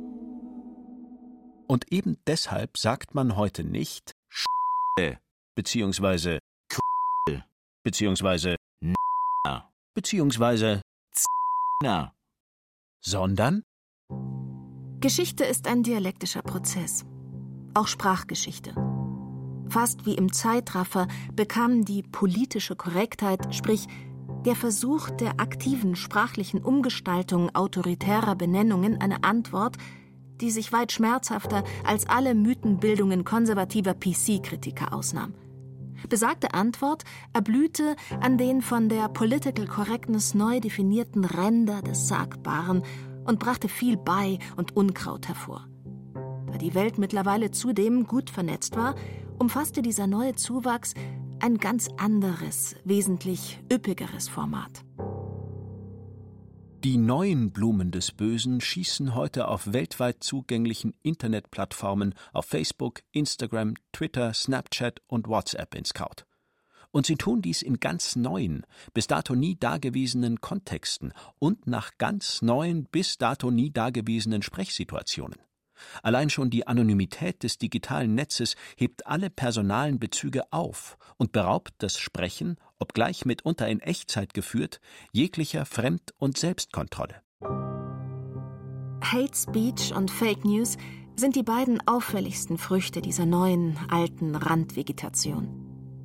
Und eben deshalb sagt man heute nicht Sch***, beziehungsweise K***, beziehungsweise N***, beziehungsweise Na, sondern Geschichte ist ein dialektischer Prozess. Auch Sprachgeschichte. Fast wie im Zeitraffer bekam die politische Korrektheit, sprich der Versuch der aktiven sprachlichen Umgestaltung autoritärer Benennungen, eine Antwort, die sich weit schmerzhafter als alle Mythenbildungen konservativer P C-Kritiker ausnahm. Besagte Antwort erblühte an den von der Political Correctness neu definierten Ränder des Sagbaren und brachte viel Bei- und Unkraut hervor. Da die Welt mittlerweile zudem gut vernetzt war, umfasste dieser neue Zuwachs ein ganz anderes, wesentlich üppigeres Format. Die neuen Blumen des Bösen schießen heute auf weltweit zugänglichen Internetplattformen auf Facebook, Instagram, Twitter, Snapchat und WhatsApp ins Kraut. Und sie tun dies in ganz neuen, bis dato nie dagewesenen Kontexten und nach ganz neuen, bis dato nie dagewesenen Sprechsituationen. Allein schon die Anonymität des digitalen Netzes hebt alle personalen Bezüge auf und beraubt das Sprechen, obgleich mitunter in Echtzeit geführt, jeglicher Fremd- und Selbstkontrolle. Hate Speech und Fake News sind die beiden auffälligsten Früchte dieser neuen, alten Randvegetation.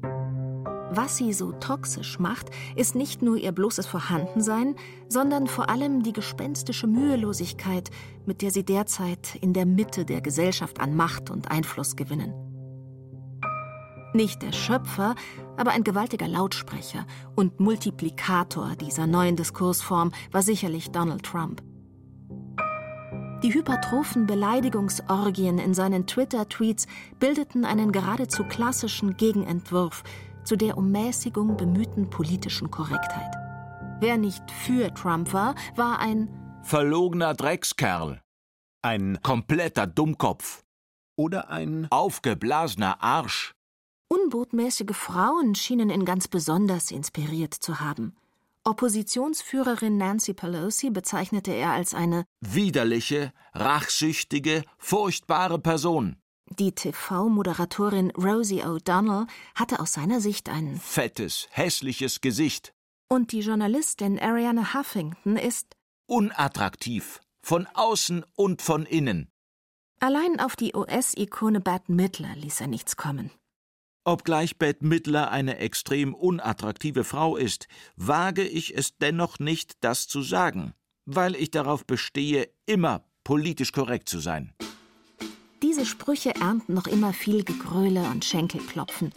Was sie so toxisch macht, ist nicht nur ihr bloßes Vorhandensein, sondern vor allem die gespenstische Mühelosigkeit, mit der sie derzeit in der Mitte der Gesellschaft an Macht und Einfluss gewinnen. Nicht der Schöpfer, aber ein gewaltiger Lautsprecher und Multiplikator dieser neuen Diskursform war sicherlich Donald Trump. Die hypertrophen Beleidigungsorgien in seinen Twitter-Tweets bildeten einen geradezu klassischen Gegenentwurf zu der um Mäßigung bemühten politischen Korrektheit. Wer nicht für Trump war, war ein verlogener Dreckskerl, ein kompletter Dummkopf oder ein aufgeblasener Arsch. Unbotmäßige Frauen schienen ihn ganz besonders inspiriert zu haben. Oppositionsführerin Nancy Pelosi bezeichnete er als eine widerliche, rachsüchtige, furchtbare Person. Die T V-Moderatorin Rosie O'Donnell hatte aus seiner Sicht ein fettes, hässliches Gesicht. Und die Journalistin Arianna Huffington ist unattraktiv, von außen und von innen. Allein auf die U S-Ikone Bette Midler ließ er nichts kommen. Obgleich Bette Midler eine extrem unattraktive Frau ist, wage ich es dennoch nicht, das zu sagen, weil ich darauf bestehe, immer politisch korrekt zu sein. Diese Sprüche ernten noch immer viel Gegröle und Schenkelklopfen.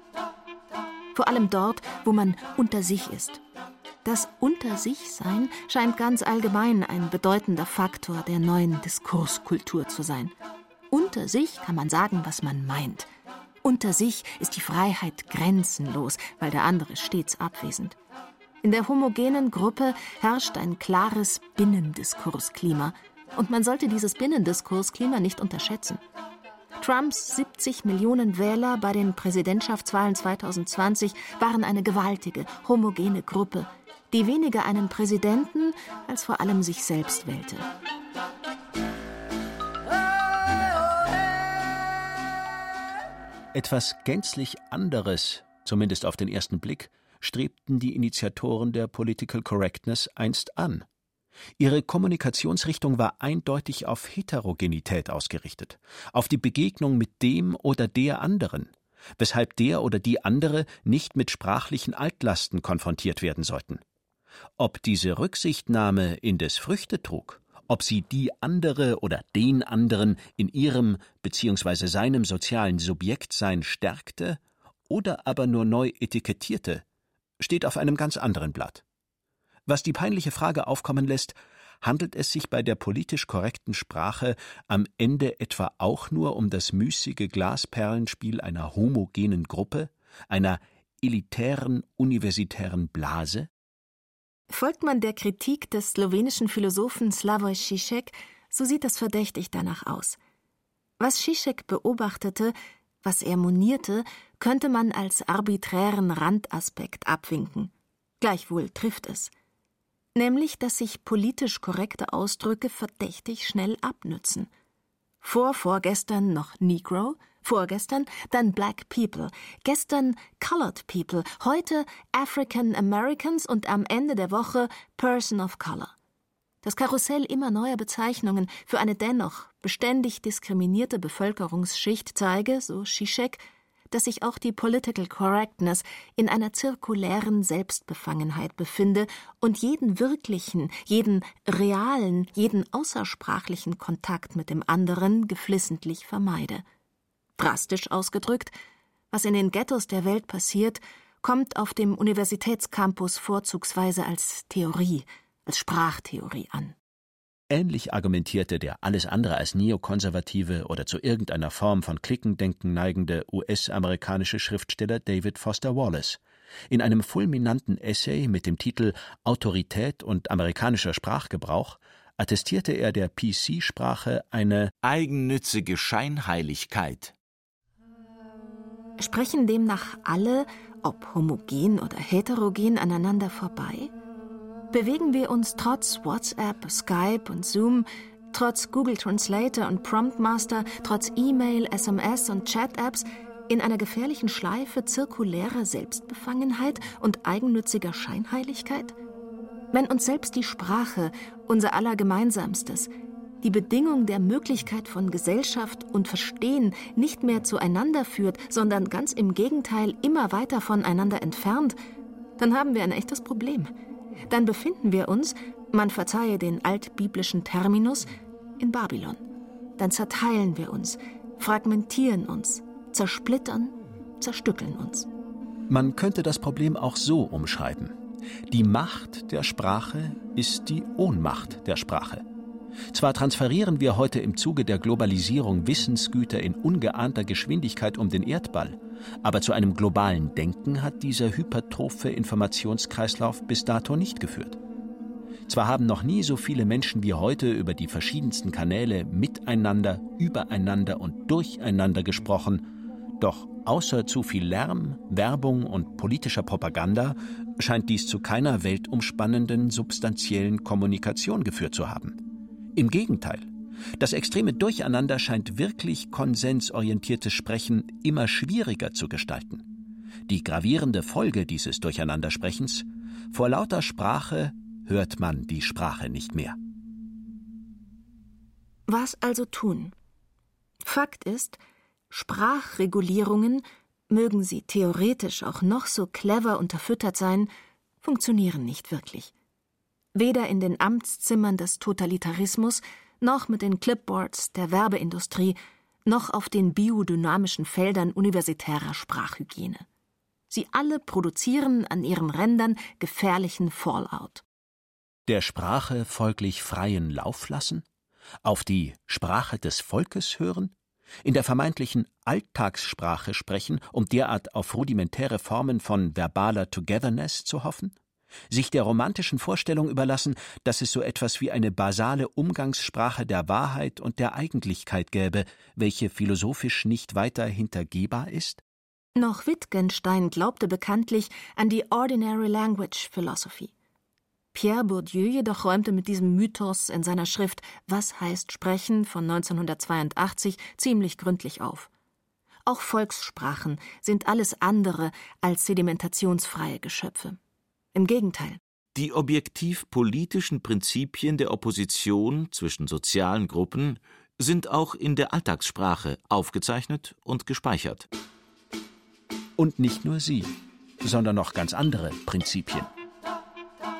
Vor allem dort, wo man unter sich ist. Das Unter-sich-Sein scheint ganz allgemein ein bedeutender Faktor der neuen Diskurskultur zu sein. Unter sich kann man sagen, was man meint. Unter sich ist die Freiheit grenzenlos, weil der andere stets abwesend. In der homogenen Gruppe herrscht ein klares Binnendiskursklima. Und man sollte dieses Binnendiskursklima nicht unterschätzen. Trumps siebzig Millionen Wähler bei den Präsidentschaftswahlen zweitausendzwanzig waren eine gewaltige, homogene Gruppe, die weniger einen Präsidenten als vor allem sich selbst wählte. Etwas gänzlich anderes, zumindest auf den ersten Blick, strebten die Initiatoren der Political Correctness einst an. Ihre Kommunikationsrichtung war eindeutig auf Heterogenität ausgerichtet, auf die Begegnung mit dem oder der anderen, weshalb der oder die andere nicht mit sprachlichen Altlasten konfrontiert werden sollten. Ob diese Rücksichtnahme indes Früchte trug, ob sie die andere oder den anderen in ihrem bzw. seinem sozialen Subjektsein stärkte oder aber nur neu etikettierte, steht auf einem ganz anderen Blatt. Was die peinliche Frage aufkommen lässt, handelt es sich bei der politisch korrekten Sprache am Ende etwa auch nur um das müßige Glasperlenspiel einer homogenen Gruppe, einer elitären universitären Blase? Folgt man der Kritik des slowenischen Philosophen Slavoj Žižek, so sieht es verdächtig danach aus. Was Žižek beobachtete, was er monierte, könnte man als arbiträren Randaspekt abwinken. Gleichwohl trifft es. Nämlich, dass sich politisch korrekte Ausdrücke verdächtig schnell abnützen. Vor vorgestern noch Negro, vorgestern dann Black People, gestern Colored People, heute African Americans und am Ende der Woche Person of Color. Das Karussell immer neuer Bezeichnungen für eine dennoch beständig diskriminierte Bevölkerungsschicht zeige, so Žižek, dass sich auch die Political Correctness in einer zirkulären Selbstbefangenheit befinde und jeden wirklichen, jeden realen, jeden außersprachlichen Kontakt mit dem anderen geflissentlich vermeide. Drastisch ausgedrückt, was in den Ghettos der Welt passiert, kommt auf dem Universitätscampus vorzugsweise als Theorie, als Sprachtheorie an. Ähnlich argumentierte der alles andere als neokonservative oder zu irgendeiner Form von Cliquendenken neigende U S-amerikanische Schriftsteller David Foster Wallace. In einem fulminanten Essay mit dem Titel »Autorität und amerikanischer Sprachgebrauch« attestierte er der P C-Sprache eine eigennützige Scheinheiligkeit. Sprechen demnach alle, ob homogen oder heterogen, aneinander vorbei? Bewegen wir uns trotz WhatsApp, Skype und Zoom, trotz Google Translator und Prompt Master, trotz E-Mail, S M S und Chat-Apps in einer gefährlichen Schleife zirkulärer Selbstbefangenheit und eigennütziger Scheinheiligkeit? Wenn uns selbst die Sprache, unser aller Gemeinsamstes, die Bedingung der Möglichkeit von Gesellschaft und Verstehen nicht mehr zueinander führt, sondern ganz im Gegenteil immer weiter voneinander entfernt, dann haben wir ein echtes Problem. Dann befinden wir uns, man verzeihe den altbiblischen Terminus, in Babylon. Dann zerteilen wir uns, fragmentieren uns, zersplittern, zerstückeln uns. Man könnte das Problem auch so umschreiben. Die Macht der Sprache ist die Ohnmacht der Sprache. Zwar transferieren wir heute im Zuge der Globalisierung Wissensgüter in ungeahnter Geschwindigkeit um den Erdball, aber zu einem globalen Denken hat dieser hypertrophe Informationskreislauf bis dato nicht geführt. Zwar haben noch nie so viele Menschen wie heute über die verschiedensten Kanäle miteinander, übereinander und durcheinander gesprochen, doch außer zu viel Lärm, Werbung und politischer Propaganda scheint dies zu keiner weltumspannenden, substanziellen Kommunikation geführt zu haben. Im Gegenteil, das extreme Durcheinander scheint wirklich konsensorientiertes Sprechen immer schwieriger zu gestalten. Die gravierende Folge dieses Durcheinandersprechens: vor lauter Sprache hört man die Sprache nicht mehr. Was also tun? Fakt ist, Sprachregulierungen, mögen sie theoretisch auch noch so clever unterfüttert sein, funktionieren nicht wirklich. Weder in den Amtszimmern des Totalitarismus, noch mit den Clipboards der Werbeindustrie, noch auf den biodynamischen Feldern universitärer Sprachhygiene. Sie alle produzieren an ihren Rändern gefährlichen Fallout. Der Sprache folglich freien Lauf lassen? Auf die Sprache des Volkes hören? In der vermeintlichen Alltagssprache sprechen, um derart auf rudimentäre Formen von verbaler Togetherness zu hoffen? Sich der romantischen Vorstellung überlassen, dass es so etwas wie eine basale Umgangssprache der Wahrheit und der Eigentlichkeit gäbe, welche philosophisch nicht weiter hintergehbar ist? Noch Wittgenstein glaubte bekanntlich an die Ordinary Language Philosophy. Pierre Bourdieu jedoch räumte mit diesem Mythos in seiner Schrift »Was heißt Sprechen« von neunzehnhundertzweiundachtzig ziemlich gründlich auf. Auch Volkssprachen sind alles andere als sedimentationsfreie Geschöpfe. Im Gegenteil. Die objektiv-politischen Prinzipien der Opposition zwischen sozialen Gruppen sind auch in der Alltagssprache aufgezeichnet und gespeichert. Und nicht nur sie, sondern noch ganz andere Prinzipien.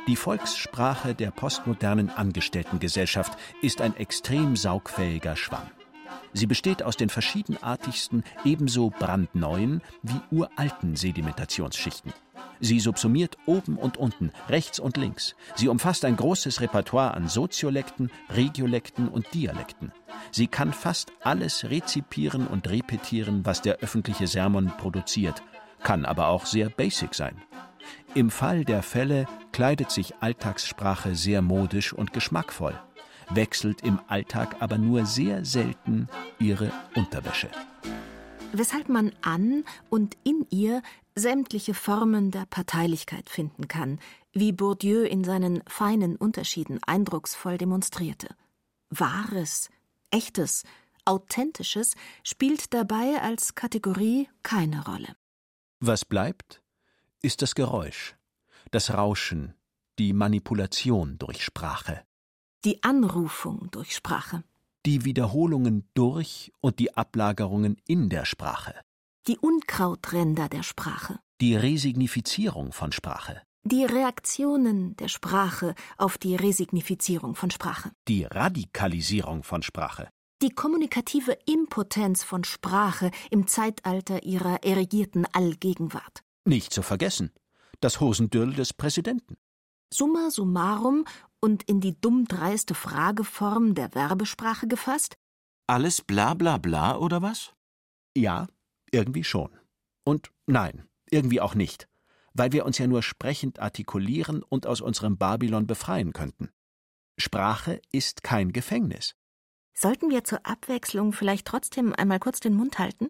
Die Volkssprache der postmodernen Angestelltengesellschaft ist ein extrem saugfähiger Schwamm. Sie besteht aus den verschiedenartigsten, ebenso brandneuen wie uralten Sedimentationsschichten. Sie subsumiert oben und unten, rechts und links. Sie umfasst ein großes Repertoire an Soziolekten, Regiolekten und Dialekten. Sie kann fast alles rezipieren und repetieren, was der öffentliche Sermon produziert, kann aber auch sehr basic sein. Im Fall der Fälle kleidet sich Alltagssprache sehr modisch und geschmackvoll, wechselt im Alltag aber nur sehr selten ihre Unterwäsche. Weshalb man an und in ihr sämtliche Formen der Parteilichkeit finden kann, wie Bourdieu in seinen feinen Unterschieden eindrucksvoll demonstrierte. Wahres, Echtes, Authentisches spielt dabei als Kategorie keine Rolle. Was bleibt, ist das Geräusch, das Rauschen, die Manipulation durch Sprache. Die Anrufung durch Sprache. Die Wiederholungen durch und die Ablagerungen in der Sprache. Die Unkrautränder der Sprache. Die Resignifizierung von Sprache. Die Reaktionen der Sprache auf die Resignifizierung von Sprache. Die Radikalisierung von Sprache. Die kommunikative Impotenz von Sprache im Zeitalter ihrer erigierten Allgegenwart. Nicht zu vergessen, das Hosendürl des Präsidenten. Summa summarum und in die dummdreiste Frageform der Werbesprache gefasst? Alles bla bla bla, oder was? Ja, irgendwie schon. Und nein, irgendwie auch nicht, weil wir uns ja nur sprechend artikulieren und aus unserem Babylon befreien könnten. Sprache ist kein Gefängnis. Sollten wir zur Abwechslung vielleicht trotzdem einmal kurz den Mund halten?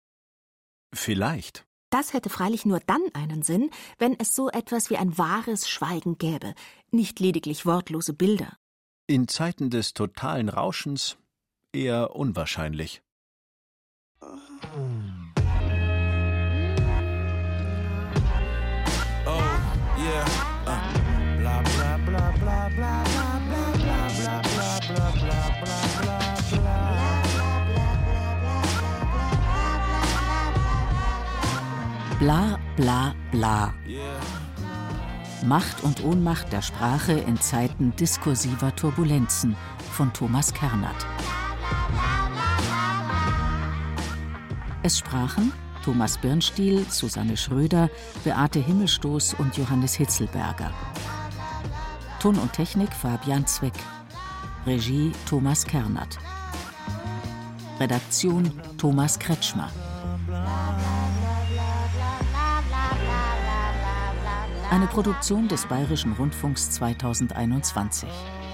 Vielleicht. Das hätte freilich nur dann einen Sinn, wenn es so etwas wie ein wahres Schweigen gäbe, nicht lediglich wortlose Bilder. In Zeiten des totalen Rauschens eher unwahrscheinlich. Oh, yeah. Uh, bla bla bla bla bla bla bla bla bla bla bla bla bla. Bla bla bla. Macht und Ohnmacht der Sprache in Zeiten diskursiver Turbulenzen von Thomas Kernert. Es sprachen Thomas Birnstiel, Susanne Schröder, Beate Himmelstoß und Johannes Hitzelberger. Ton und Technik Fabian Zweck. Regie Thomas Kernert. Redaktion Thomas Kretschmer. Eine Produktion des Bayerischen Rundfunks zweitausendeinundzwanzig.